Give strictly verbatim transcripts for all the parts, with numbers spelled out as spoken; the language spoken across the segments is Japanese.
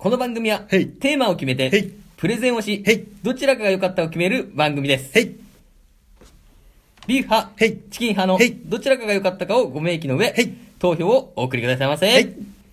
この番組は、 へいテーマを決めてへい、 プレゼンをしへい、 どちらかが良かったを決める番組です。 へいビーフ派、 へいチキン派のへいどちらかが良かったかをご明記の上へい、 投票をお送りくださいませ。 へい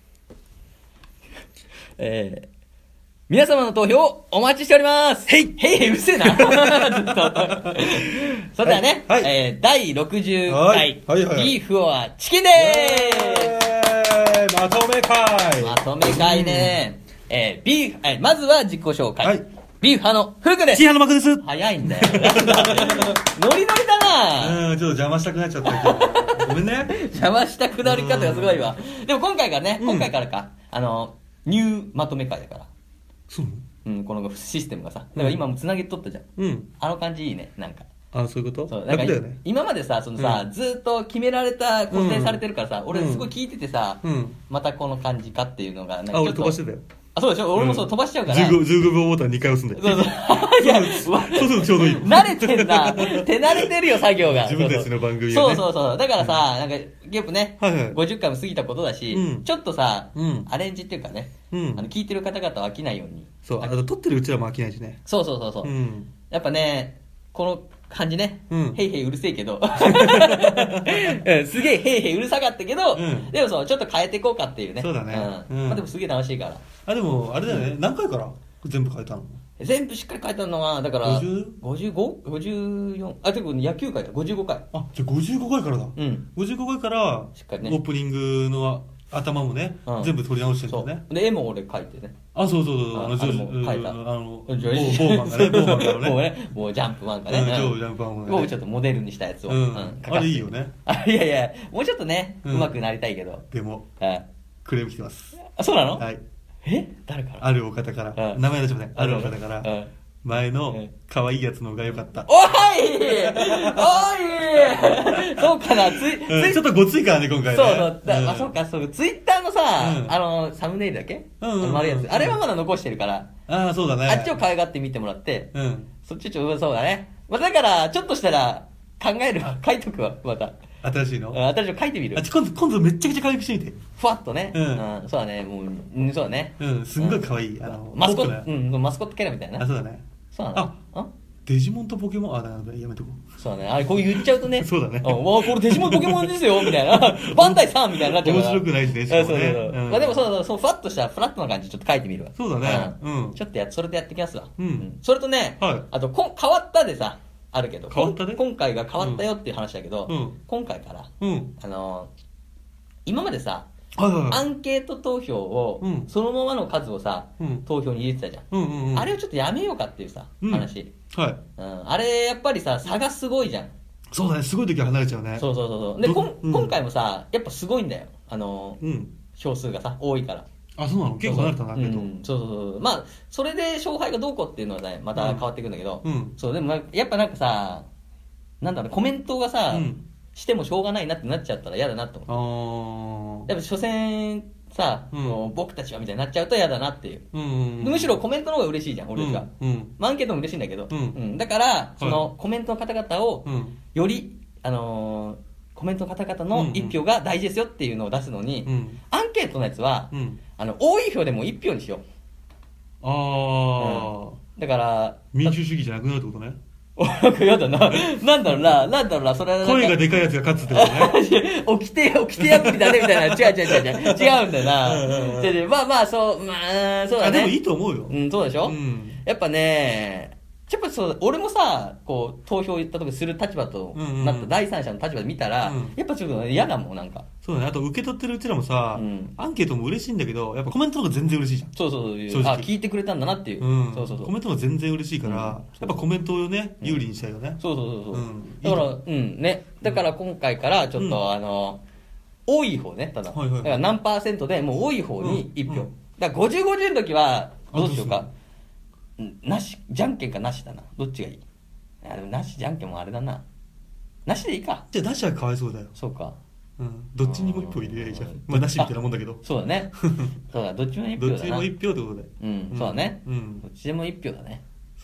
えー皆様の投票をお待ちしております。 へいへいへい、うるせえな。ずっと。それではね、 はいはいえーだいろくじゅうは回、 いはいはいビーフはチキンでーす。 まとめ会まとめ会ね、えービーフ、えーまずは自己紹介。 はいビーフ派のフグです。 チンハのマクです早いんだよ。ノリノリだな。 うん、ちょっと邪魔したくなっちゃったけどごめんね邪魔したくだり方がすごいわ。でも今回からね、 うん今回からか、あの、ニューまとめ会だから。 そううん、このシステムがさ。だから今もつなげとったじゃん。 うんあの感じいいね、なんか。 あ、そういうことそう、なんか楽だよね今までさ、そのさ、 うんずーっと決められた、固定されてるからさ、俺うんすごい聞いててさ、 うんまたこの感じかっていうのが、なんかあ、俺ちょっと飛ばしてたよあ、そうでしょ、俺もそう飛ばしちゃうから。 じゅうご, じゅうごびょうボタンにかい押すんだよそうそう。いや、 そうするとちょうどいい慣れてんな。手慣れてるよ、作業が。 自分たちの番組そうはねそうそう。だからさ、なんか、やっぱね、 はいはいごじゅっかいも過ぎたことだし、 うんちょっとさ、 うんアレンジっていうかね、 うんあの聞いてる方々は飽きないように。 そう、あと撮ってるうちらも飽きないしねそうそうそうそう。 うんやっぱね、この感じね、 うんへいへいうるせえけど、うんすげえへいへいうるさかったけど、 うんでもそう、ちょっと変えていこうかっていうね。 そうだねうんうんまあでもすげえ楽しいから。 あ、でもあれだよね、何回から全部変えたの全部しっかり書いたのは、だから、 ごじゅうごじゅうご?ごじゅうよん? あ、てか野球回だ、ごじゅうごかい。 あ、じゃあごじゅうごかいからだうん。 ごじゅうごかいからしっかりねオープニングの頭もね、 うん全部取り直してるそう。 んだよね。 で、絵も俺描いてね。 あ、そうそうそう、 ああのジョージあれも書いたあのボジョージーボーマンがね、ボーマンがもうね。 ね、もうジャンプマンかね。 うんジョージャンプマンがね僕ちょっとモデルにしたやつを。 うん書かせてあれいいよね。 あ、いやいや、もうちょっとね、 うんうまくなりたいけど。 でもはいクレーム来てます。 あ、そうなのはい。 え誰からあるお方からうん名前出してもね、あるお方からうん前のうん可愛いやつの方が良かった。 おいおいそうかな、つい、ついうんちょっとごついからね今回ね。 そうそう。だんあ、そうか、そう。ツイッターのさ、 うんあの、サムネイルだっけうんうんうんあの丸いやつ。あれはまだ残してるから、 ああ、そうだね。 あっちを可愛がって見てもらって、 うん。 そっちちょっと、そうだね。まあ、だから、ちょっとしたら、考えるわ。書いとくわ、また。 新しいのうん新しいの書いてみるあ。今度今度めっちゃくちゃ可愛くしてみて。 ふわっとね。 うんそうだね、もう、うん、そうだね。 うん、すんごい可愛い。あの、 マスコット、 ポップなうん、マスコットキャラみたいな。 あ、そうだね。 そうなのあデジモンとポケモン、あ、だからやめとこう。 そうだね。あれ、こう言っちゃうとね。 そうだねんわあ、これデジモンポケモンですよ、みたいな。バンダイさんみたいになっちゃうから。 面白くないしねうんそうそうしかもねそう。 うんまあでもそうそう、そう、フラッとした、フラットな感じちょっと書いてみるわ。 そうだねうんちょっとや、それでやってきますわ。 うんそれとね、 はいあとこん、変わったでさ、あるけど。 変わったねこん今回が変わったよっていう話だけど、 うん今回から、 うん。 あのー、今までさ、 はいはいはい。 アンケート投票を、 うんそのままの数をさ、 うん投票に入れてたじゃん。 うんうんうん。 あれをちょっとやめようかっていうさ、 うん話。 はい。 うん、あれ、やっぱりさ、差がすごいじゃん。 そうだね、すごい時は離れちゃうね。 そうそうそうそう。で、 どこんうん今回もさ、やっぱすごいんだよ。あのー、 うん。 票数がさ、多いから。 あ、そうなの結構離れたな、けど。 うん、そうそうそう。まあ、それで勝敗がどうこうっていうのはね、また変わっていくんだけど、 うんそう、でもなんかやっぱなんかさ、なんだろう、コメントがさ、 うんしてもしょうがないなってなっちゃったら嫌だなと思う。 あー。 やっぱ所詮さ、 うんもう僕たちはみたいになっちゃうと嫌だなっていう。 うんうんうん。 むしろコメントの方が嬉しいじゃん、俺たちが。 うんうんまあアンケートも嬉しいんだけど、 うんだから、そのコメントの方々を、 うんより、あのーコメントの方々の一票が大事ですよっていうのを出すのに、 うんアンケートのやつは、 うん。 あの多い票でも一票にしよう。 あー。 だから、 民主主義じゃなくなるってことね。 なんかやだな。なんだろうな、なんだろうな、それはなんか。 声がでかいやつが勝つってことね。 起きて、起きて破りだね、みたいな。違う違う違う違う。違うんだよな。 うんうんうん違う違うまあまあ、そう、まあ、そうだあ、 ね。 でもいいと思うよ。 うん、そうでしょ、 うんやっぱね、やっぱそう、俺もさ、こう、投票行った時する立場とうんうんなった第三者の立場で見たら、 うんやっぱちょっと嫌だもん、なんか。 そうだね。あと受け取ってるうちらもさ、 うんアンケートも嬉しいんだけど、やっぱコメントの方が全然嬉しいじゃん。 そうそうそう。 正直あ、聞いてくれたんだなっていう。 うん。 そうそうそう。 コメントの方が全然嬉しいから、 うんやっぱコメントをね、有利にしたいよね。 そうそうそうそう、 うんだからうんねだから今回からちょっと、 うんあの多い方ねただ、 はいはいはいだから何パーセントでもう多い方にいち票、 うんだからごじゅうごじゅうの時はあどうしようかどうんなしじゃんけんかなしだなどっちがいいあでもなしじゃんけんもあれだななしでいいかじゃあなしはかわいそうだよ。 そうかうん。どっちにも一票入れりゃいいじゃんうん。 まあなしみたいなもんだけど。 そうだねそうだどっちも一票だなどっちにも一票ってことで。 うんそうだね、 うんどっちでも一票だね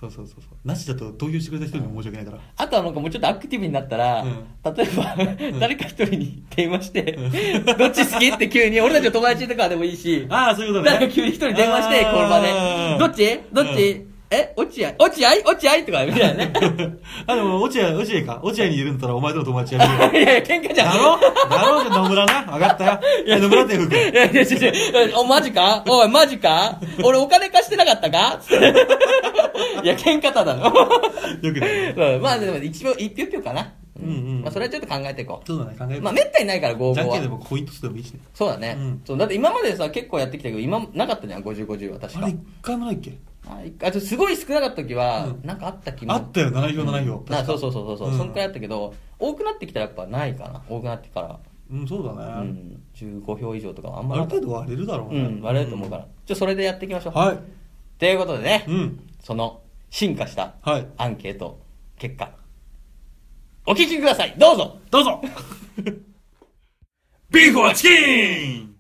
そうそうそうそう。なしだと投票してくれた人にも申し訳ないから。 あとはなんかもうちょっとアクティブになったら、 うん例えば、誰か一人に電話して、どっち好きって急に、俺たちの友達とかでもいいし、 ああ、そういうことね。 なんか急に一人電話して、この場で、どっちどっち、え落合落合落合とかみたいなね。 あ、でも、落合、落合か。落合にいるんだったら、お前との友達やめるよ。 いやいや、喧嘩じゃん。 だろだろ野村な。分かったよ。いや、野村って福君。 いやいやいや、お、マジかおい、マジか俺お金貸してなかったかつって。いや、喧嘩ただの。 よくない。 うん、まあでも一票、一票一票かな。 うんうん。 まあそれはちょっと考えていこう。 そうだね、考えて。 まあめったにないから合じゃん法は。 けんでもポイント数でもいいしね。 そうだね。 うんそうだって今までさ、結構やってきたけど、今なかったじゃん、ごじゅう、ごじゅうは確か。 あれ、一回もないっけあ一回あとすごい少なかった時は、 うんなんかあった気も。 あったよ、ななひょう、ななひょう。 なそうそうそうそうそう、 うんそんくらいあったけど、多くなってきたらやっぱないかな。多くなってから。 うん、そうだうね。 ん、じゅうごひょう以上とかはあんまあるなかった。 程度割れるだろうね。 うん、割れると思うから。じゃあそれでやっていきましょう。 はい。 ということでね、 うん。 その進化したはい。 アンケート結果、お聞きください。どうぞ。 どうぞビーフはチキン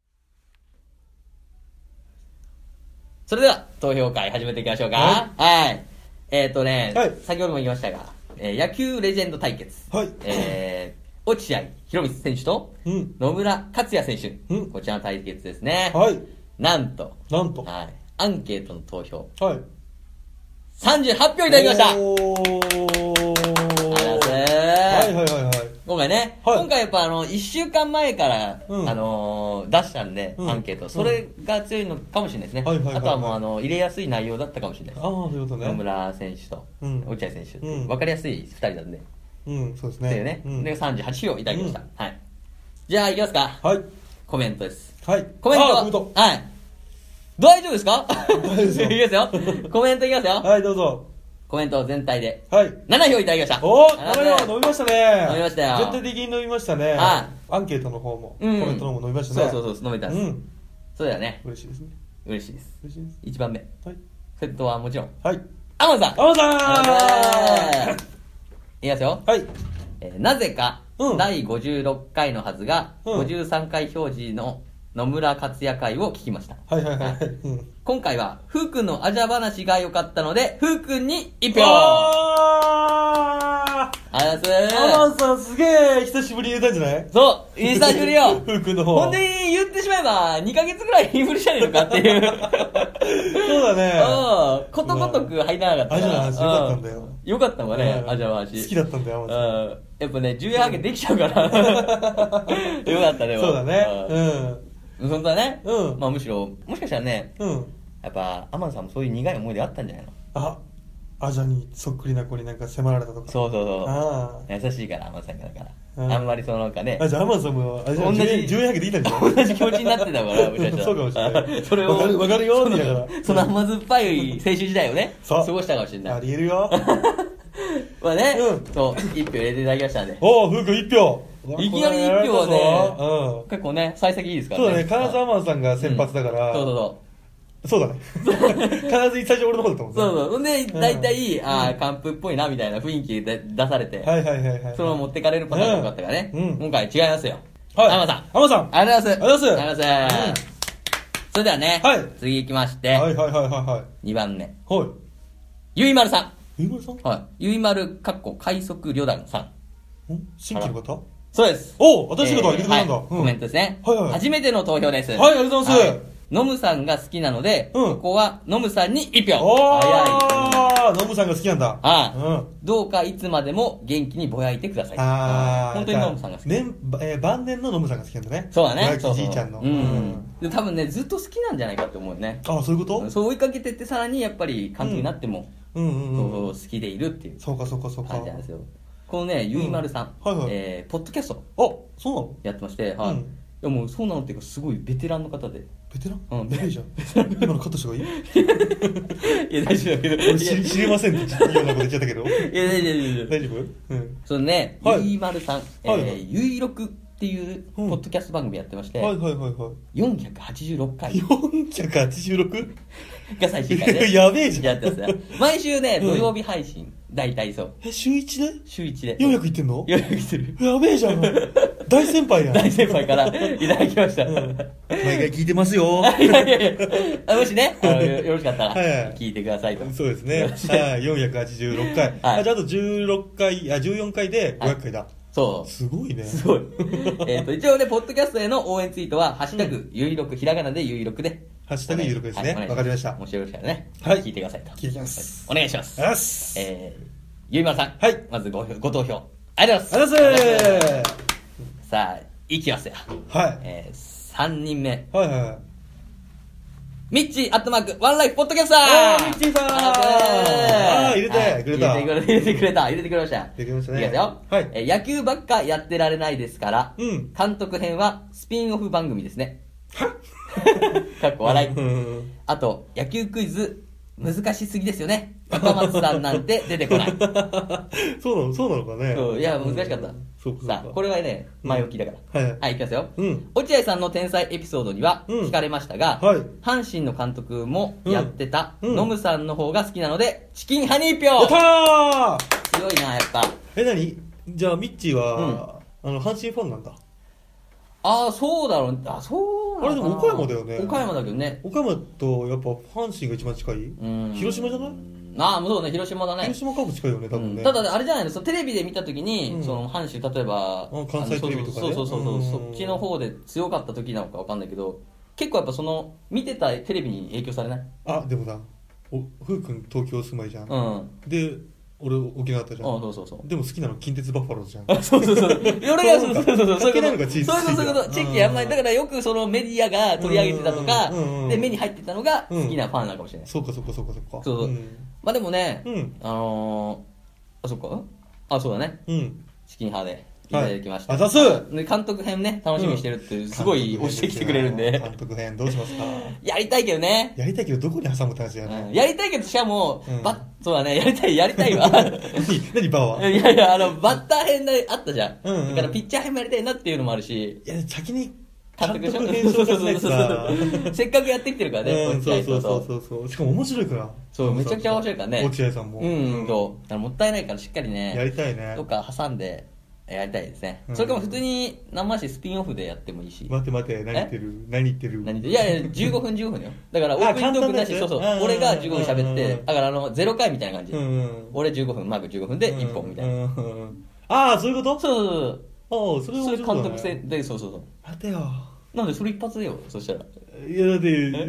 それでは投票会始めていきましょうか。 ははい。えっ、ー、とね、 はい先ほども言いましたが、えー野球レジェンド対決。 はい。 えー、落合博満選手とうん。 野村克也選手。 うんこちらの対決ですね。 はい。 なんと、 なんと。 はい。アンケートの投票、 はい。 さんじゅうはち票いただきました。 おー。 ありがとうございます。 はいはいはいはい。 今回ね、 はい今回やっぱあの、いっしゅうかんまえから、 うんあのー出したんで、 うんアンケート。それが強いのかもしれないですね。 はいはいはいはいあとはもうあの、入れやすい内容だったかもしれないです。 ああ、そういうことね。 野村選手とうん落合選手、 うん分かりやすいふたりなんで、 うん、そうですね。 っていうね、 うん。 でさんじゅうはち票いただきました、 うんはい。じゃあいきますか。 はい。 コメントです。 はい。 コメントはあーコメント。 はい。大丈夫ですか？ 大丈夫ですよいきますよ。コメントいきますよ。 はい、どうぞ。 コメント全体ではい。 なな票いただきました。 おー、 あななひょう伸びましたね。 伸びましたよ全体的に伸びましたね。 はアンケートの方も、コうんメントの方も伸びましたね。 そうそうそう、飲めたんです。 うん。 そうだよね。 嬉しいですね。 嬉しいです。 嬉しいです。 いちばんめ。 はい。 先頭はもちろん、 はい。 アマンさん。 あまさあんいきますよ。 はい。 えーなぜか、 うんだいごじゅうろっかいのはずが、 うんごじゅうさんかい表示の野村克也会を聞きました。 はいはいはい。うん。 今回は、ふうくんのアジャ話が良かったので、ふうくんにいち票あありがとうございーアまマンさんすげえ久しぶりに言えたんじゃない？ す。そう、久しぶりよ。 ふうくんの方。 ほんで言ってしまえば、にかげつぐらいインフルじゃねえのかっていう。 そうだね。 うん。ことごとく入らなかったから。 アジの話良かったんだようよかったのかね、 うんアジの話。 好きだったんだよ、アマンさん。 うん。やっぱね、じゅうよんハゲできちゃうから。よかったね。 そうだね。 うん。本当はね。 うんまあむしろ、もしかしたらね、 うん。うん。 やっぱ、アマンさんもそういう苦い思い出あったんじゃないの？ あ、アジャにそっくりな子になんか迫られたとか。 そうそうそう。 あ優しいから、アマンさんがだから。 うんあんまりそのなんかねあ。、あ、じゃあアマンさんも、あ、じゃあ同じじゅうよんハゲできたんじゃない？ 同じ気持ちになってたから、もしかしたら。 そうかもしれないそれを。 わかるわかるよって言いながらその甘酸っぱい青春時代をね、 そう過ごしたかもしれない。 ありえるよ。 まあね、 うんそう、一票入れていただきましたんで。 おう、ふうくん一票。 いきなり一票はねうん。 結構ね、幸先いいですからね。 そうだね、金沢アマンさんが先発だから。 そうそうそう。 そうだね。必ず最初俺の方だったもんね。 そうそう。ほんで、 うん大体、ああ、完封っぽいな、みたいな雰囲気で出されて、 はいはいはいはい。 そのまま持ってかれるパターンが多かったからね。 うん今回違いますよ。 はい。 アマさん。 アマさん。 ありがとうございます。 ありがとうございますありがとうございます。それではね、 はい次行きまして、 はいはいはいはいはい。 にばんめ。 はい。 ゆいまるさん。 ゆいまるさんはい。ゆいまる、かっこ、快速旅団さん。 ん新規の方そうです。 おう、新しい方入れてくれたんだ。 えーはいコメントですね。 はいはい初めての投票です。 はい、ありがとうございます。 ノムさんが好きなので、 うんここはノムさんにいち票。 お早い。 ー、ノブさんが好きなんだ。 はいうん。 どうかいつまでも元気にぼやいてください。 あー。 本当にノムさんが好き。 年、えー晩年のノブさんが好きなんだね。 そうだね。 親そうそう父じいちゃんの。 うん。で多分ね、ずっと好きなんじゃないかって思うよね。 あ、そういうことそう追いかけてってさらにやっぱり監督になっても、 うんうんうん。 そう好きでいるっていうそうかそうかそうか。 感じなんですよ。このね、ゆいまるさん、 はいはいえーポッドキャストあ、そうなのやってまして、はい。 うんいやもうそうなのっていうかすごいベテランの方で。 ベテランうんベテランじゃん。今のカットした方がいいいや大丈夫だけど。 俺知り知りませんって言うようなこと言っちゃったけど。 いや大丈夫大丈夫。 大丈夫うん。 そのね、 はいゆいまるさん、えはいはいー、ゆいろくっていうポうんッドキャスト番組やってまして、 はいはいはいはい。 よんひゃくはちじゅうろっかいよんひゃくはちじゅうろく? が最終回でやべえじゃん。 やってますよ。毎週ね、 うん土曜日配信、大体そう。 え、週いちで週いちで。 よんひゃくいってんのよんひゃくいってる。 やべえじゃん。 大先輩やん。 大先輩からいただきました。うん、 毎回聞いてますよ。 いやいやいや、もしね、あのよろしかったら、聞いてくださいと。 そうですね。はい、よんひゃくはちじゅうろっかい。はい、あ、じゃあ、あとじゅうろっかい、あ、じゅうよんかいでごひゃっかいだ。はい、 そう。 すごいね。 すごい。えっと、一応ね、ポッドキャストへの応援ツイートは、ハッシュタグ、ゆいろく、ひらがなでゆいろくで。 ハッシュタグゆいろくですね。わ、はい、かりました。 もしよろしかったらね、 はい、 聞いてくださいと。 聞いてきます。 お願いします。 よし。 えー、ゆいまるさん。 はい。 まずご、ご投票。ありがとうございます。 ありがとうございます。 さあ、いきますよ。 はい。 えー、さんにんめ。 はいはい。 ミッチーアットマークワンライフポッドキャスター。 あー、ミッチーさん。あー、入れてくれた。 入れてくれた。入れてくれました。 入れてくれましたね。 いきますよ。 はい。 えー、野球ばっかやってられないですから、 うん。 監督編はスピンオフ番組ですね。はかっこ笑い。あと、野球クイズ、難しすぎですよね。若松さんなんて出てこない。 そうなのそうなのかね。 そう、いや、難しかった。 そうか。 さあ、これはね、前置きだから。 はい。 はい、いきますよ。 うん。 落合さんの天才エピソードには聞かれましたが、 はい。 阪神の監督もやってた、ノムさんの方が好きなので、チキンハニー票。 やったー強いな、やっぱ。 え、なにじゃあ、ミッチーは、あの、阪神ファンなんだ。 ああ、そうだろう。あ、そうあれでも岡山だよね。 岡山だけどね。 岡山とやっぱ阪神が一番近い。広島じゃない？ ああ、もうそうね、広島だね。 広島カープ近いよね、多分ね。 うん、ただ、あれじゃないの、そのテレビで見たときに、うん、その阪神、例えば、 関西テレビとかね。 そうそうそうそう、そっちの方で強かった時なのかわかんないけど、結構やっぱその、見てたテレビに影響されない？ あ、でもさ、おふうくん東京住まいじゃん。うん。で、俺沖縄だったじゃん。 あ、そうそうそう。 でも好きなの近鉄バファローズじゃん。 あ、そうそうそう。俺がそうそうそうそう。そういうこと。そういうこと、そういうこと。チェキあんまり、だからよくそのメディアが取り上げてたとか、で、目に入ってたのが好きなファンなのかもしれない。 そうかそうかそうかそうか。 そうそう。まあでもね、あのー、あ、そっかあ、そうだね。うん。チキン派でいただきました。 あざすで、監督編ね、楽しみにしてるって、すごい押してきてくれるんで。 監督編どうしますか？ やりたいけどね。 やりたいけどどこに挟むって話やね。 やりたいけど、しかも、ば、そうだね、やりたい、やりたいわ。 何、何バーは？ いやいや、あの、バッター編であったじゃん。だからピッチャー編もやりたいなっていうのもあるし。 いや、先に、 監督編そうそうそうそう。せっかくやってきてるからね。 そうそうそうそう。しかも面白いから。 そう、めちゃくちゃ面白いからね。 落合さんも。 うん、そう。もったいないからしっかりね。 やりたいね。 どっか挟んで、やりたいですね。それかも普通に生しスピンオフでやってもいいし。 待って待って、何言ってる何言ってる何言ってるいやいや、じゅうごふんじゅうごふんよ。だからオープニングトークなし、そうそう。俺がじゅうごふん喋って、だからあの、ゼロかいみたいな感じ。俺じゅうごふん、マークじゅうごふんでいっぽんみたいな。 ああ、そういうことそうそうそう。ああ、それはそういう監督戦で、そうそうそう。 待てよ。 なんでそれ一発でよ、そしたら。 いや、だって、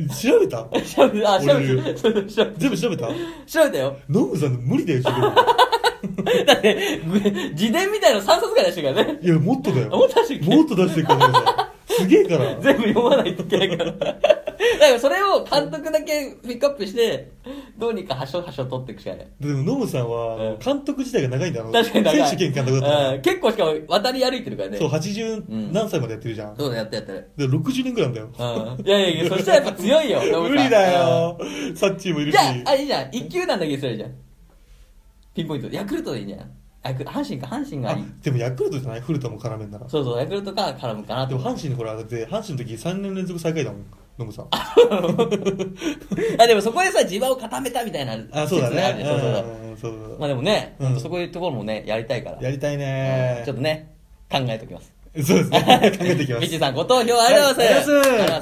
調べた調べた、あ、調べた。 全部調べた調べたよ。 ノムさん無理だよ、調べる。 だって、自伝みたいなのさんさつぐらい出してるからね。 いや、もっとだよ。 もっと出してるもっと出してるからさ。すげえから。 全部読まないといけないから。だからそれを監督だけピックアップして、どうにかはしょはしょ取っていくしかない。 でも、ノムさんは、監督自体が長いんだろう。 確かに長い。 選手兼監督だった。 結構しかも渡り歩いてるからね。 そう、はちじゅう何歳までやってるじゃん。 そうだ、やってやってる。 で、ろくじゅうねんぐらいなんだよ。いやいやいや、そしたらやっぱ強いよ。 無理だよ。サッチーもいるし。 じゃあ、あ、いいじゃん。一球団だけするじゃん。ピンポイント。ヤクルトでいいんじゃん。阪神か、阪神がいい。 でもヤクルトじゃない古田も絡めんなら。 そうそう、ヤクルトか絡むかなと。 でも阪神のほら、だって阪神の時さんねん連続最下位だもん、ノムさん。 あ、でもそこでさ、地盤を固めたみたいな。 あ、そうだね。 そうそうそう。まあでもね、そこいうところもね、やりたいから。 やりたいね。 ちょっとね、考えておきます。 そうですね。考えておきます。 ミッチーさん、ご投票ありがとうございます。ありがとうございます。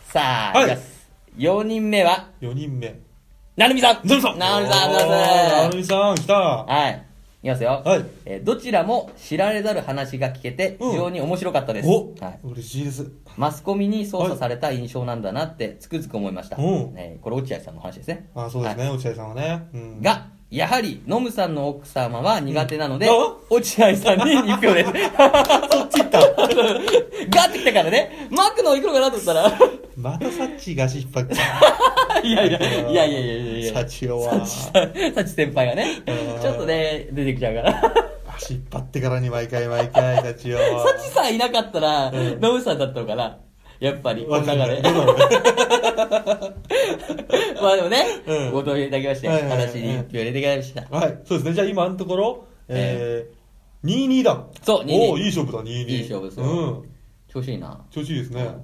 さあ、いきます。よにんめはよにんめ。 なるみさん。 なるみさん。 なるみさん、 なるみさん、来た。 はい。いきますよ。 はい。 えー、どちらも知られざる話が聞けて、非常に面白かったです。 お、 はい、 嬉しいです。 マスコミに操作された印象なんだなってつくづく思いました。えー、これ落合さんの話ですね。 あ、そうですね、はい、落合さんはね。 うん、が、やはり、ノムさんの奥様は苦手なので、うん、落合さんにに票です。 そっち行った。 ガーってきたからね、マークの行くのかなと思ったら。 またサッチーが足引っ張って。 いやいや、いやいやいやいやサチオは。 サチ先輩がね、ちょっとね、出てきちゃうから。 足引っ張ってからに毎回毎回、サチオは。 サチさんいなかったら、ノムさんだったのかなやっぱり、この中で。まあでもね、ご投票いただきまして、話に一票入れていただきました。 はい、そうですね。じゃあ今のところ、えー、にたいにだ。 そう、にたいに。 おー、いい勝負だ、にたいに。 いい勝負ですよ。うん。調子いいな。 調子いいですね。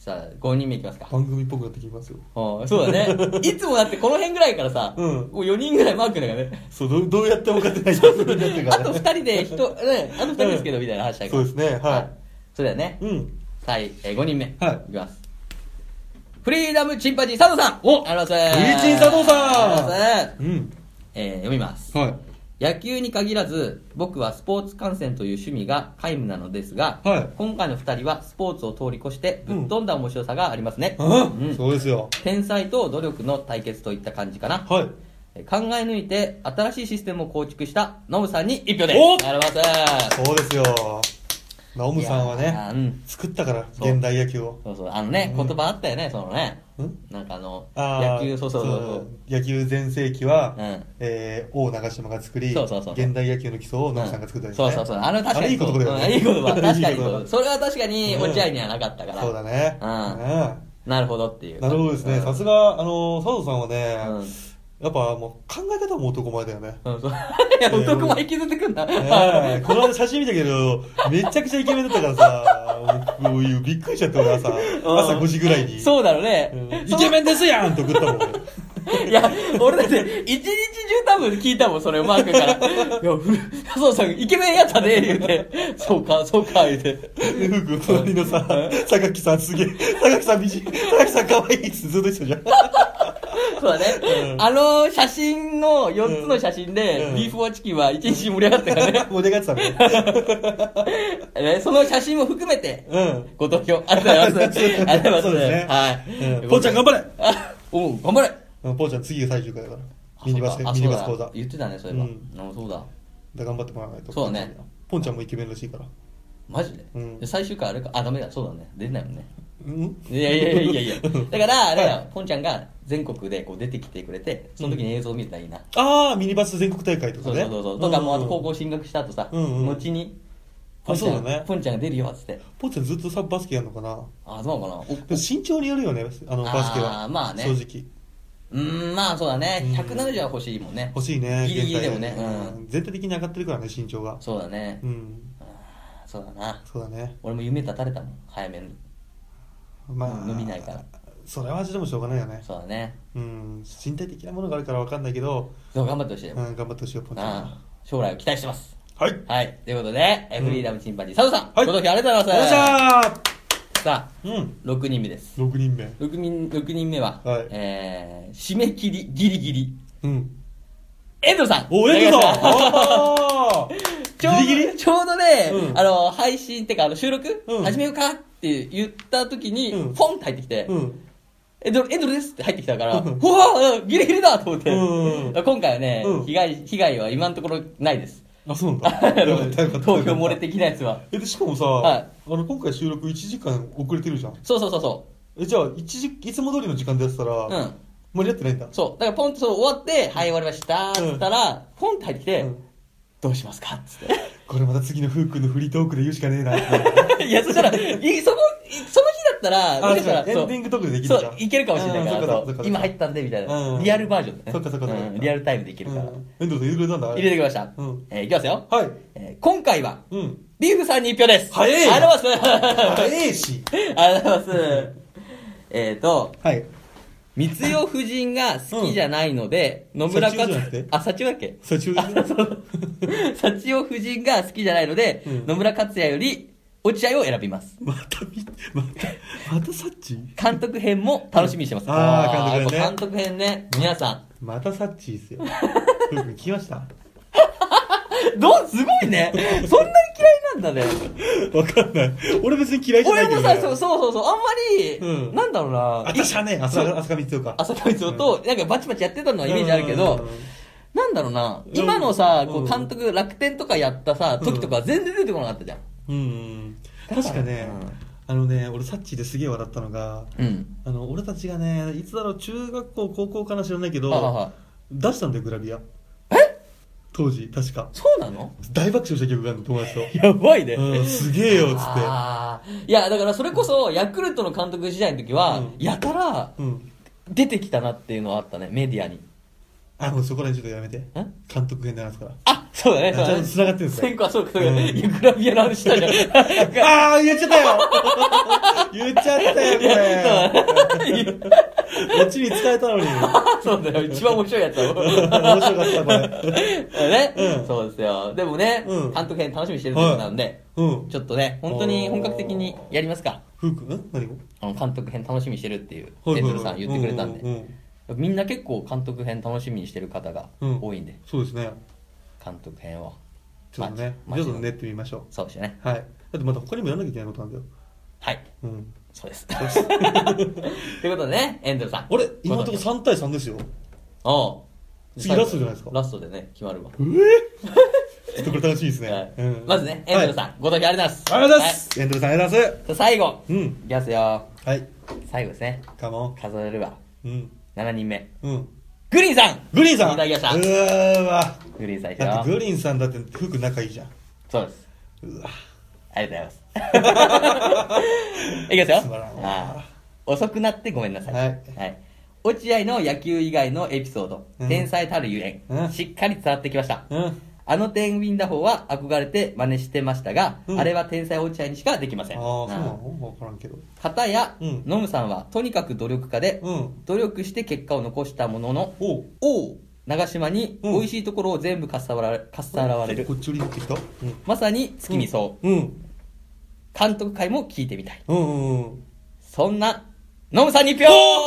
さあごにんめいきますか。 番組っぽくなってきますよ。 ああそうだね。いつもだってこの辺ぐらいからさ、 うんもうよにんぐらいマークだからね。 そう、どうどうやっても勝てない人になってるからね。 あとふたりで人、ね、あとふたりですけど、みたいな話だから。 そうですね、はい。 そうだよね。 うん。 はい、えー、ごにんめ。 はいいきます。フリーダムチンパンジー佐藤さん。 おありがとうございます。 フリーチン佐藤さんありがとうございます。 うん。 えー、読みます。 はい。 野球に限らず、僕はスポーツ観戦という趣味が皆無なのですが、 はい今回のふたりはスポーツを通り越してぶっ飛んだ面白さがありますね。 あうんそうですよ。 天才と努力の対決といった感じかな。 はい。 え考え抜いて新しいシステムを構築したノムさんに一票です。 おありがとうございます。 そうですよ。ナオムさんはいやね、 ーうん作ったから、 そう現代野球を。 そうそう、あのね、 うん言葉あったよね、そのね。 んなんかあの、 あー野球、そうそうそうそう。 野球全盛期は、 うんえー、王長島が作り、 そうそうそう現代野球の基礎をノムさんが作ったんですね。 そうそうそう。あの確かに。 あれいい言葉だよね。 うんいい言葉。確かにいい言葉。 いい言葉それは確かに落合にはなかったから。 そうだね。 うんうんなるほどっていう。 なるほどですね。 うんさすが、あの、佐藤さんはね、 うんやっぱもう考え方も男前だよね。 うんそういや、男も引きずってくんだ。 ねえこの間写真見たけど、めちゃくちゃイケメンだったからさ、もうびっくりしちゃった俺朝、朝ごじぐらいに。 そうだろうねうん。イケメンですやんと送ったもん。 いや、俺だって、一日中多分聞いたもん、それ、マークから。いや、ふそうさん、イケメンやったね、言うて。そうか、そうか、言うて。 で、ふうくん、隣のさ、榊さんすげえ、榊さん美人、榊さん可愛いってずっと言ってたじゃん。 そうだね。 うんあの写真のよっつの写真うで、 んビーフォアチキンは一日盛り上がったからね。 盛り上がってたね。 ねその写真も含めて、 うん。 ご投票ありがとうございます。ありがとうございます。 そうですねはい。 うんぽーちゃん頑張れあおう、頑張れうんぽーちゃん次が最終回だから。ミニバス、 あミニバス講座そうだ。言ってたね、そういえば。 ううんん、そうだ。 で頑張ってもらわないと。 そうだね。 ポンちゃんもイケメンらしいから。 マジで、 うんで最終回あれか、あ、ダメだ、そうだね。出てないもんね。 うんいやいやいやいやいや。だから、あれだはよ、ポンちゃんが全国でこう出てきてくれて、その時に映像を見れたらいいな。 ああ、ミニバス全国大会とかね。 そうそうそうそう。とか、もうあと高校。 校進学した後さ、 うんうん後に、ポンちゃ、 あそうんだねポンちゃんが出るよ、つって。 ポンちゃんずっとさバスケやるのかな。 あ、そうかな。おでも身長によるよね、あのバスケは。 あーまあね正直。 うーん、まあそうだね。 うんひゃくななじゅうは欲しいもんね。 欲しいね。 ギリギリでもね現在うん全体的に上がってるからね、身長が。 そうだね。 うん。 そうだな。 そうだね。 俺も夢立たれたもん、早めに。 まあ、 伸びないから。 それはでもしょうがないよね。 そうだね。 うん。身体的なものがあるから分かんないけど、 でも頑張ってほしいよ。 うん、頑張ってほしいよ、ポンちゃんああ将来を期待してます。 はい。 はい。ということで、えうんフリーダムチンパンジー佐藤さん、 はいご投票ありがとうございよっします。 ゃさあ、 ーうん。 ろくにんめです。 ろくにんめ。 6, 人六人目は、 はいえー、締め切りギリギリ。 うん。 エンドルさんお、エンドさんお願いしますあーちょうどギリギリちょうどね、 うんあの、配信ってか、あの、収録、 うん始めようかって言った時に、 うんポンって入ってきて、 うん。 エンドル、エンドルですって入ってきたから、 うんうわギリギリだと思って、 うん今回はね、 うん被害、被害は今のところないです。 あ、そうなんだ。 あのよかったよかった投票漏れ的なやつは。 え、で、しかもさ、 はいあの、今回収録いちじかん遅れてるじゃん。 そうそうそうそえ、じゃあ、一時、いつも通りの時間でやってたら、 う。うん。 間に合ってないんだ。 そう。だからポンってそう終わって、はい、終わりましたって言ったら、ポンって入ってきて、 うんどうしますかっつっこれまた次のフー君のフリートークで言うしかねえなって。 て。いや、そしたら、いその、その日だったら、 あ、 もしかしたら、 エンディングトークでできるじゃん。 そう、いけるかもしれないから、 うんそっかそっかそっかそう今入ったんで、みたいな。 うんリアルバージョンでね。 そっかそっかそっかうんリアルタイムでいけるから。 うんエンドさん入れてくれたんだ。 入れてきました。 うんえーいきますよ。 はい。 えー今回は、 うん。 ビーフさんに一票です。 早えよありがとうございます。 早えし。 ありがとうございます。えっと、 はい。 三代夫人が好きじゃないので、野村幸代じゃなくて克、あ、幸代だっけそっちあそう幸代夫人が好きじゃないので、 うん野村克也より落合を選びます。 また見、また、またサッチ監督編も楽しみにしてます。 うんあー監督編ねやっぱ監督編ね。皆さまたサッチーっすよ。フー君聞きましたん。どう、すごいね。そんなに嫌いなんだね。 わかんない。俺別に嫌いじゃないけど、ね。 俺もさ、そうそうそうそう、あんまり、 うんなんだろうな。 私はね、 そう浅浅香光代か。 朝香光と、なんかバチバチやってたのはイメージあるけど、なんだろうな。今のさ、こうんう監督、楽天とかやったさ、時とかは全然出てこなかったじゃん。 うん。うん。確かね、あのね、俺サッチーですげえ笑ったのが、 うん。 あの、俺たちがね、いつだろう、中学校、高校かな知らないけど、 はいはいはい出したんだよ、グラビア。 え当時、確か。 そうなの大爆笑した曲があるの、友達と。 やばいね。 うん、すげえよ、つって。 あーいや、だからそれこそ、ヤクルトの監督時代の時は、 うんやたらうん。 出てきたなっていうのはあったね、メディアに。 あ、もうそこら辺ちょっとやめて。 ん監督編で話すから。 あそうだね、 ちゃんと繋がってるんですよ。 先行はそうか、そうか、 うんユーグラビアの話したじゃん。 あー、言っちゃったよ言っちゃったよ、これ。こっちに使えたのに。 そうだよ、一番面白いやつだもん。 面白かった、これ。 ね、 うんそうですよ。でもね、 うん監督編楽しみにしてるということなんで、 うん。 ちょっとね、本当に本格的にやりますか。 フークん何をあの監督編楽しみにしてるっていう、 はいはいはいエンドルさん言ってくれたんで、 うんうんうんみんな結構監督編楽しみにしてる方が多いんで、 そうですね。 監督編を。 ちょっとね、 まちょっと練ってみましょそうですよね。 う。はい。だってまた他にもやらなきゃいけないことなんだよ。 はい。 うん。 そうです。ということでね、エンドルさん。 あれ今のところさん対さんですよ。 おう次ラストじゃないですか。 ラストでね、決まるわ。 ええちょっとこれ楽しみですね。 はいうんまずね、エンドルさん、ご投票ありがとうございます。 ありがとうございます。エンドルさんありがとうございます。 はい最後、 うん。 いきますよ。 はい。 最後ですね。 カモン。 数えるわ。 うん。 しちにんめ。 うん。 グリーンさんグリーンさんいただきましたうわーわ。 グリーンさんでしょだってグリーンさんだって服仲いいじゃん。 そうです。 うわ。 ありがとうございます。いきますよ。 つまらんわあー遅くなってごめんなさい。 はい落合の野球以外のエピソード、 うん天才たるゆえん、 うんしっかり伝わってきました。 うん。 あの天秤打法は憧れて真似してましたが、 うんあれは天才落合にしかできません。 ああ、そうなうんのわからんけど。 片や、 うんノムさんはとにかく努力家で、 うん。 努力して結果を残したものの、 おう。 おう長島にうん美味しいところを全部かっさらわれかっさらわれるこっち寄りに行ってきたまさに月見草、 うん。うん。 監督会も聞いてみたい。 うんうんうん。 そんなノムさんに票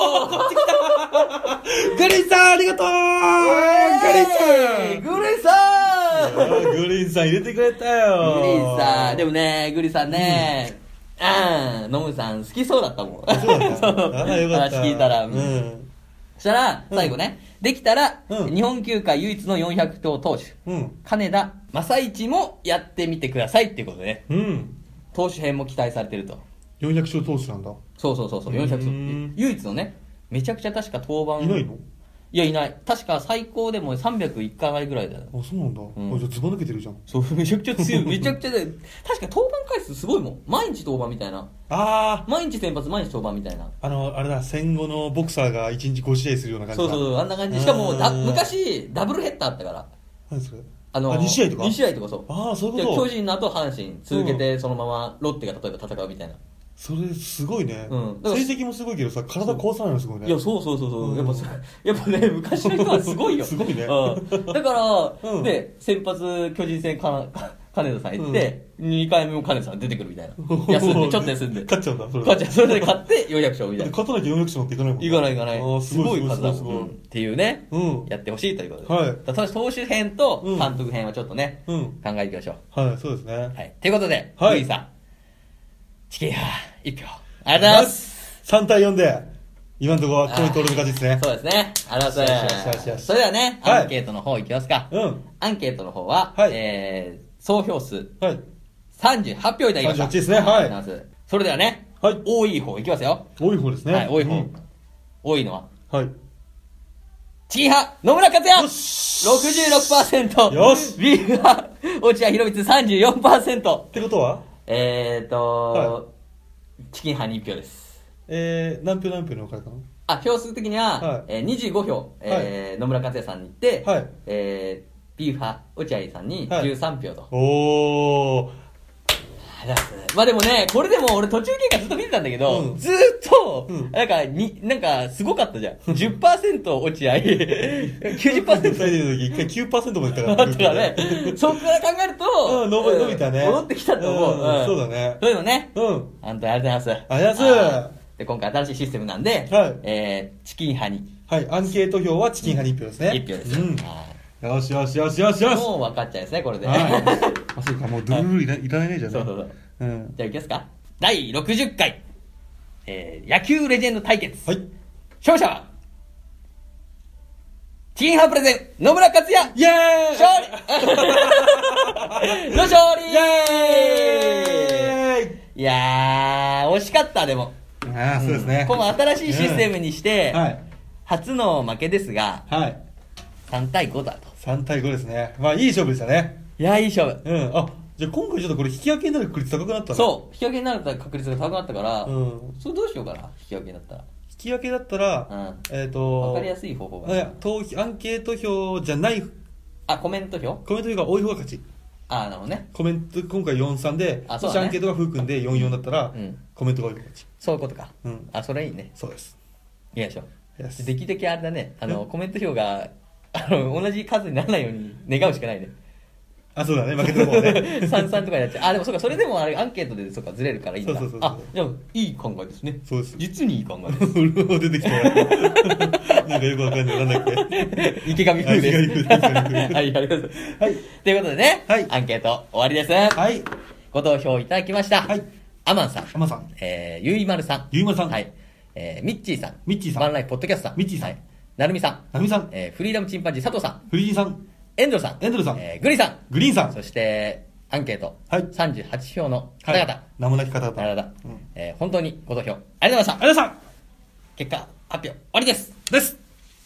グリーンさんありがとうグリーンさんグリーンさんグリーンさん入れてくれたよグリーンさんでもねグリーンさんね、うん、ノムさん好きそうだったもん。 そうだったそうああよかった話聞いたら、 ううんん。 そしたら最後ね、できたら、 うん日本球界唯一のよんひゃくとう投手うん。 金田正一もやってみてくださいっていうことでね、 うん。 投手編も期待されてると。 よんひゃく勝投手なんだ。 そうそうそうそう、 うーんよんひゃくそう唯一のね、めちゃくちゃ確か登板いないのいやいない、確か最高でもさんびゃくいっかいぐらいだよ。 あ、そうなんだ。 んあじゃあズバ抜けてるじゃん。 そうめちゃくちゃ強い、めちゃくちゃで確か登板回数すごいもん、毎日登板みたいな、 あ毎日先発毎日登板みたいな。 あ、あの、あれだ、戦後のボクサーがいちにちご試合するような感じだ。 そうそうそう、あんな感じ。しかもだうん昔ダブルヘッダーあったから、 何それあのあに試合とかに試合とかそう。 ああ、そういうでこと巨人の後阪神続けてそのままロッテが例えば戦うみたいな。 それすごいね。 うんだから成績もすごいけどさ、体壊さないのすごいね。 いやそうそうそうそう、 うんやっぱそやっぱね昔の人はすごいよすごいねうん、だから、 うんで先発巨人戦か金田さん行って、にかいめも金田さん出てくるみたいな休んでちょっと休んで勝っちゃうんだ、それ。 勝っちゃうそれで勝ってよんひゃく勝みたいな勝たなきゃよんひゃく勝っていかないもんね。 いかないいかないあーすごい数だすごいうんっていうね、 うんやってほしいということで、 はいだから投手編とうん監督編はちょっとね、 うん。 考えていきましょう。 はい、そうですね。 はい、ということで、 はいルイさんチキンハーいち票ありがとうございます。 さん対よんで、今のところはコメント俺の勝ちですね。 そうですね。ありがとうございよしよしよしよします。それではね、 はいアンケートの方いきますか。 うん。 アンケートの方は、 はいえー、総票数はい。 さんじゅうはち票いただきました。 さんじゅうはちですねはいありがとうございます。それではね、 はい多い方いきますよ。 多い方ですね。 はい、多い方。 うん多いのは、 はい。 チキン派、野村克也よし !ろくじゅうろくパーセント。 よしビーフ派、落合博満 さんじゅうよんパーセント。 ってことはえーと、 はチキン派に票です。 えー、何票何票に分かれたのあ、票数的には、 はいえー、にじゅうご票、えー野村克也さんに行って、 はいえー、ビーフ派、落合さんにじゅうさん票と。 おー。 ありがとうございますまあでもね、これでも俺途中経過ずっと見てたんだけど、 うんずーっと、 うんなんか、に、なんか、すごかったじゃん。じゅっパーセント落合、きゅうじゅっパーセント二人でいる時一回きゅうパーセントまでいっただから。 ったからね、そこから考えると、 うん、伸び伸びたね。 戻ってきたと思う。 うんんそうだね。 そういうのね、 うん。 本当にありがとうございます。 ありがとうございますあーで、今回新しいシステムなんで、 はいえー、チキン派にはい、アンケート票はチキン派にいち票ですね。 いち票です。 うん。 はよしよしよしよしよし。 いもう分かっちゃいですね、これで。 はい。あ、そうか、もうドゥルルいらいらないね、じゃあね。 そうそうそう。 うん。 じゃあいきますか。だいろくじゅっかい、えー、野球レジェンド対決。 はい。 勝者は、チキン派プレゼン、野村克也イェーイ勝利の勝利イエーイいやー、惜しかった、でも。 ああ、そうですね。 この新しいシステムにして、 うんはい。 初の負けですが、 はい。 さんたいごだと。 さん対ごですね。まあ、いい勝負でしたね。 いやー、いい勝負。 うん。あ、じゃあ今回ちょっとこれ引き分けになる確率高くなったね。 そう、引き分けになる確率が高くなったから、 うんそれどうしようかな、引き分けだったら。 引き分けだったら、 うんえっと、 わかりやすい方法が。 いや投票アンケート票じゃないあ、コメント票コメント票が多い方が勝ち。 あ、なるほどね。 コメント、今回よんさんで、 あ、そうだねもしアンケートがふうくんでよんよんだったら、 うん。 コメントが多い方が勝ち。 そういうことか。 うんあ、それいいね。 そうです。 いいでしょ。 よしできるだけあれだね、あの、 えコメント票が、あの、同じ数にならないように願うしかないね。 あ、そうだね、負けてる方ね。 さんさんとかになっちゃう。あ、でもそうか、それでもあれアンケートでそうかずれるからいいんだ。 そうそうそうそうあ、じゃあ、いい考えですね。 そうです実にいい考えです。 俺も出てきたよ。なんかよくわかんない。なんだっけ。 池上風です。 あ池上風です池上風はい、ありがとうございます。 はい。 ということでね、 はいアンケート終わりです。 はい。 ご投票いただきました。 はい。 アマンさん、 アマさん。 えー、ゆいまるさん、 ゆいまるさん。 は。い、えー、ミッチーさん、 ミッチーさんワンライフポッドキャストさん、 ミッチーさんはい、なるみさん、 なるみさん。 えー、フリーダムチンパンジー佐藤さん、 フリージーさん。 エンドルさん、 エンドルさんえー、グリさん、 グリーンさん。 そして、アンケート、 はいさんじゅうはち票の方はい 々、 名もなき方々。 なるほど、 うんえー、本当にご投票ありがとうございました。 ありがとうございま結果発表終わりです。 したです。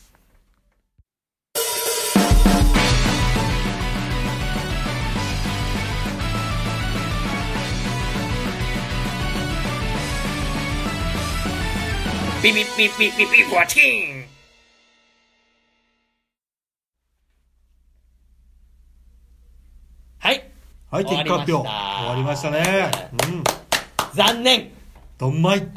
ビビビビビビボチン。 はい。 はい、結果発表。終わりましたね。うん。 残念。 どんまい。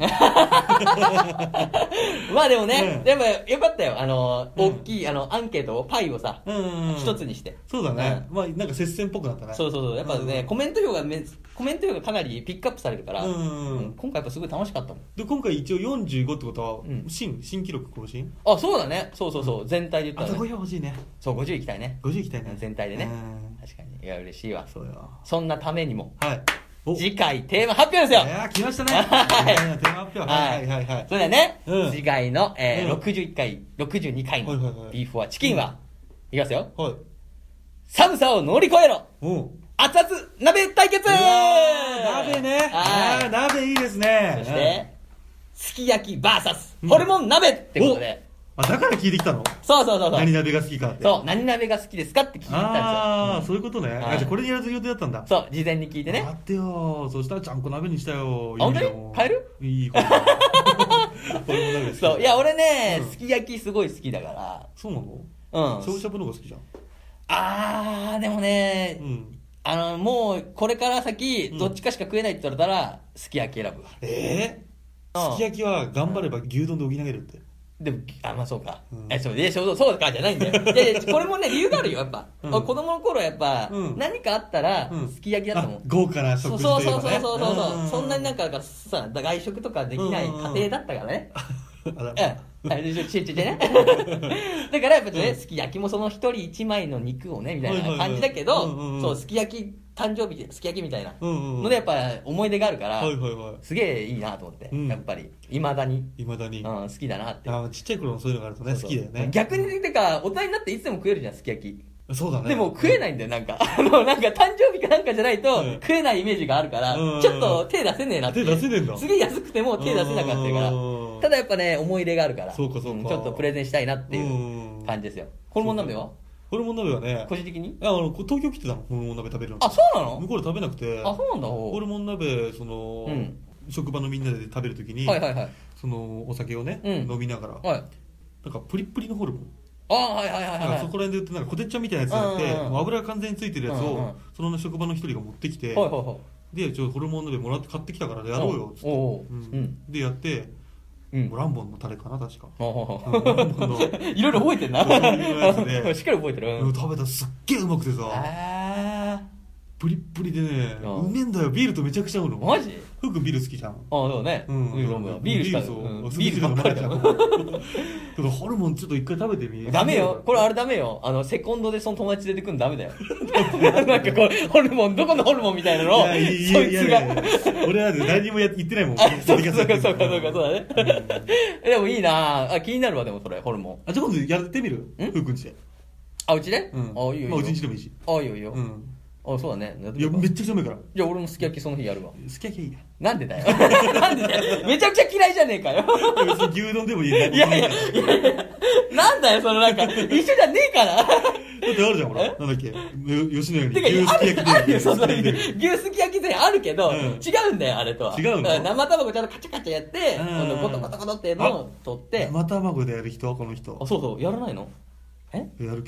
まあでもね、 うんでもよかったよ。あの、 うん大きい、あの、アンケートを、パイをさ、 うん。 一つにして。 そうだね。まあ、なんか接戦っぽくなったね。 そうそうそう。やっぱね、 うんコメント票がめ、コメント票がかなりピックアップされるから、 うんうん今回やっぱすごい楽しかったもん。 で、今回一応よんじゅうごってことは、 うん新、新記録更新あ、そうだね。そうそうそう。全体で言あとごったらね。 票欲しいね。 そう、ごじゅういきたいね。 ごじゅういきたいね。 全体でねうん確かに。いや、嬉しいわ。 そうよ。 そんなためにも、 はい。お次回テーマ発表ですよ。 いやー、来ましたね。 はいテーマ発表。はいはいはい。 それではね、 うん次回の、えーうんろくじゅういっかい、ろくじゅうにかいのはいはいはいビーフォアチキンは、いきますよ。 はい。 寒さを乗り越えろおう。 熱々鍋対決。 うわー鍋ね。あはー、鍋いいですい。 ね。 そして、すき焼き ブイエスうんホルモン鍋ってことで。 あ、だから聞いてきたのそうそうそうそう。 何鍋が好きかって。 そう、何鍋が好きですかって聞いてきたんですよ。 あー、 うんそういうことね。 はいあ、じゃあこれにやる予定だったんだ。 そう、事前に聞いてね。 待ってよー。そしたらちゃんこ鍋にしたよ。 あ本当にいいじゃん変えるいい。これ俺も鍋好きそう、いや、俺ねう、んすき焼きすごい好きだかそうなのら。うん。 しゃぶしゃぶの方が好きじゃん。 あー、でもねう、ん。 あの、もう、これから先う、んどっちかしか食えないって言われたら、すき焼き選ぶわ。 えうんーすき焼きは頑張れば牛丼で補えるって。 でも、あ、まあそうか。 うんえ、そう、で、そう、そうか、じゃないんだよ。いやいや、これもね、理由があるよ、やっぱ。 うん俺子供の頃やっぱ、 うん何かあったらうん、 すき焼きだったもんあ。豪華なそう食事そうそうそうというかね。 そうそう。 んそんなになんか、さ、外食とかできない家庭だったからね。 あらうん。あれでしょ、ちちちね。だからやっぱね、すき焼きもその一人一枚の肉をね、みたいな感じだけどはいはいはいうんうんう、んそう、すき焼き、誕生日ですき焼きみたいなうんうんうんのでやっぱ思い出があるから、 はいはいはい。 すげえいいなと思って、 うんやっぱり、未だに、 いまだに。 うん、好きだなって。 あちっちゃい頃もそういうのがあるとね、 そうそう好きだよね。 逆に、てか、大人になっていつでも食えるじゃん、すき焼き。 そうだね。 でも食えないんだよ、なんか。あの、なんか誕生日かなんかじゃないとうん食えないイメージがあるから、 うんちょっと手出せねえなっていう。 手出せねえんだすげえ安くても手出せなかったからうん。 ただやっぱね、思い入れがあるから。 そうかそうかんちょっとプレゼンしたいなっていううん感じですよ。ホルモン鍋はホルモン鍋はね、 個人的にあの東京来てたの、ホルモン鍋食べるの。 あ、そうなの向こうで食べなくて、 あ、そうなんだ。 ホルモン鍋、その、 うん職場のみんなで食べるときに、 はいはいはい。 そのお酒をね、 うん飲みながら、 はい。 なんかプリップリのホルモン。 あ、はいはいはいなんかはい。 そこら辺で売ってなんかコテッチャンみたいなやつじゃなくて、 うんうんうんもう油が完全についてるやつを、 うんうんその職場の一人が持ってきて、 はいはいはい。 で、ちょホルモン鍋もらって買ってきたからやろうよっつって、 おうおううんうんでやって、 うんモランボンのタレかな確か。 ほうほうほううんモランボンのいろいろ覚えてんな。 そういうやつでしっかり覚えてる。 うん食べたらすっげえうまくてさ、 あプリップリでね、 うんうめえんだよ。ビールとめちゃくちゃ合うの。 ー、マジふうくんビール好きじゃん。 あ、そうね。 うんビール飲むよ。ビールしか、 そううんビビールばっかりだもん。 飲めないじゃんけどホルモンちょっと一回食べてみ。 ダメよ。これあれダメよ。あの、セコンドでその友達出てくるのダメだよ。なんかこう、ホルモン、どこのホルモンみたいなのを、 いやいやいそいつやいやいやが。 俺は何もや言ってないもん。 あ、そうかそうかそうかうそうか、そうだね。でもいいなあ、気になるわ、でもそれ、ホルモン。 あ、じゃあ今度やってみるんふうくんちで。 あ、うちでうん。 あ、いいよいいよ。 まあうちんちでもいいし。 あ、いいよいいよう。ん。 あ、そうだね。 いや、めっちゃくちゃうまいから。 じゃあ俺もすき焼きその日やるわ。 すき焼きはいいや。 なんでだよ。なんでだよ。めちゃくちゃ嫌いじゃねえかよ。 別に牛丼でもいいね。 いやいや、いやいや、なんだよ、そのなんか、一緒じゃねえから。 だってあるじゃん、ほら。なんだっけ。よ吉野家にてか、 牛すき焼きあるあるよ、そので。 牛すき焼き膳あるけど、 うん違うんだよ、あれとは。 違うのん生卵ちゃんとカチャカチャやって、 うん今度ゴトゴトゴトっていうのを取って、 生卵でやる人この人。 あ、そうそう、やらないのえやるけど。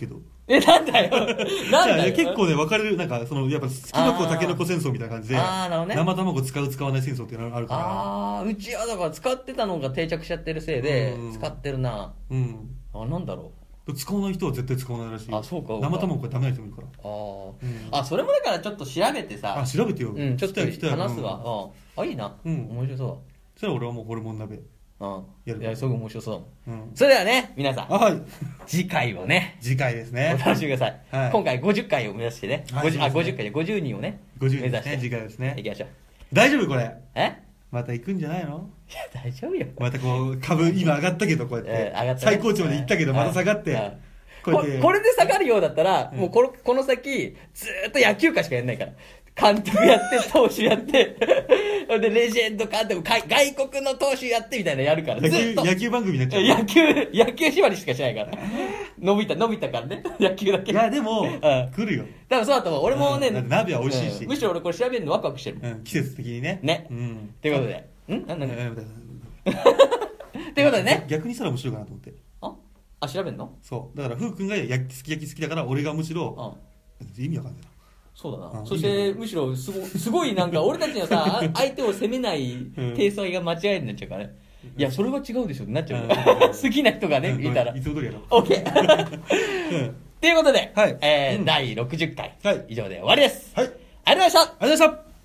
え、なんだよ。なんだよ。 いや結構ね、分かれる、なんか、その、やっぱ、キノコ、タケノコ戦争みたいな感じで、 あーなるほどね生卵使う、使わない戦争っていうのがあるから。 あー、うちはだから使ってたのが定着しちゃってるせいでうん、 使ってるな。 うん。 あ、なんだろ使わない人は絶対使わないらしい。 あそうか生卵がダメな人もいるから。 う。あー、 うんあ、それもだからちょっと調べてさ。 あ、調べてよ。 うん、ちょっと来たよ来たよ話すわ。うん。あ、いいな。 うん面白そそしたら俺はもうホルモン鍋。 う。うん。 やるいや、すごい面白そう。 うん。 それではね、皆さん、 あ、はい。 次回をね、 次回ですおね。 楽しみください。 はい今回ごじゅっかいを目指してね、 はいごじゅうあ、 そうですねごじゅっかいでごじゅうにんをね、 ごじゅうですね。 目指して次回ですねい。きましょう。 大丈夫これ。 えまた行くんじゃないのいや、大丈夫よ。 またこう、株今上がったけど、こうやって。 えー上がったね最高値まで行ったけど、また下がって。 うんここうやって。 これで下がるようだったら、 うんもうこのこの先、ずーっと野球界しかやんないから。監督やって、投手やって、で、レジェンド監督、か外国の投手やってみたいなのやるから、ず野球、 っと。 野球番組になっちゃう。 野球、野球縛りしかしないから。伸びた、伸びたからね。野球だけ。 いや、でも、 ん来るよ。 多分そうだと思う。俺もね、 うんだって鍋は美味しいしうんむしろ俺これ調べるのワクワクしてる。 うん、季節的にね。 ねうん。 ということで。んなんなんうんということでね。 逆にしたら面白いかなと思って。 ああ、調べんのそう。だから、ふうくんが焼きすき焼き好きだから、俺がむしろ、 うん。 意味わかんないな。 そうだな。 うんそして、むしろ、すご、すごいなんか、俺たちのさ、あ相手を責めない体裁が間違いになっちゃうからね。いや、それは違うでしょってなっちゃうから。好きな人がね、いたらい。つも通りやろう。 オッケー。 うんということで、 はいえーうんだいろくじゅっかい、 はい以上で終わりです。 はい。 ありがとうございました。 ありがとうございました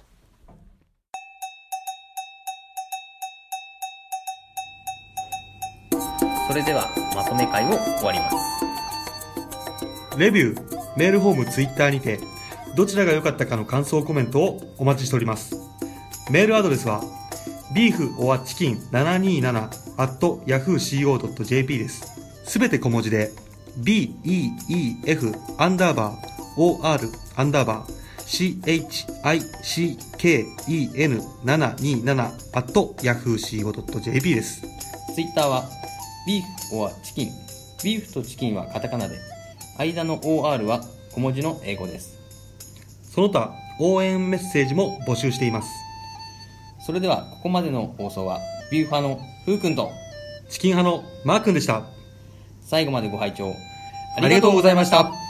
それでは、まとめ会を終わります。 レビュー、メールフォーム、ツイッターにて、どちらが良かったかの感想コメントをお待ちしております。メールアドレスは、ビーフ オアチキンななにーなな アットヤフーシーオードットジェーピー です。すべて小文字で、ビーイーイーエフ アンダーバー オーアール アンダーバー シーエイチアイシーケーイーエヌななにーなな アットヤフーシーオードットジェーピー です。 ツイッターは、ビーフ or チキン。ビーフとチキンはカタカナで、間の オーアール は小文字の英語です。 その他、応援メッセージも募集しています。 それでは、ここまでの放送は、ビーフ派のふうくんと、 チキン派のマー君でした。 最後までご拝聴ありがとうございました。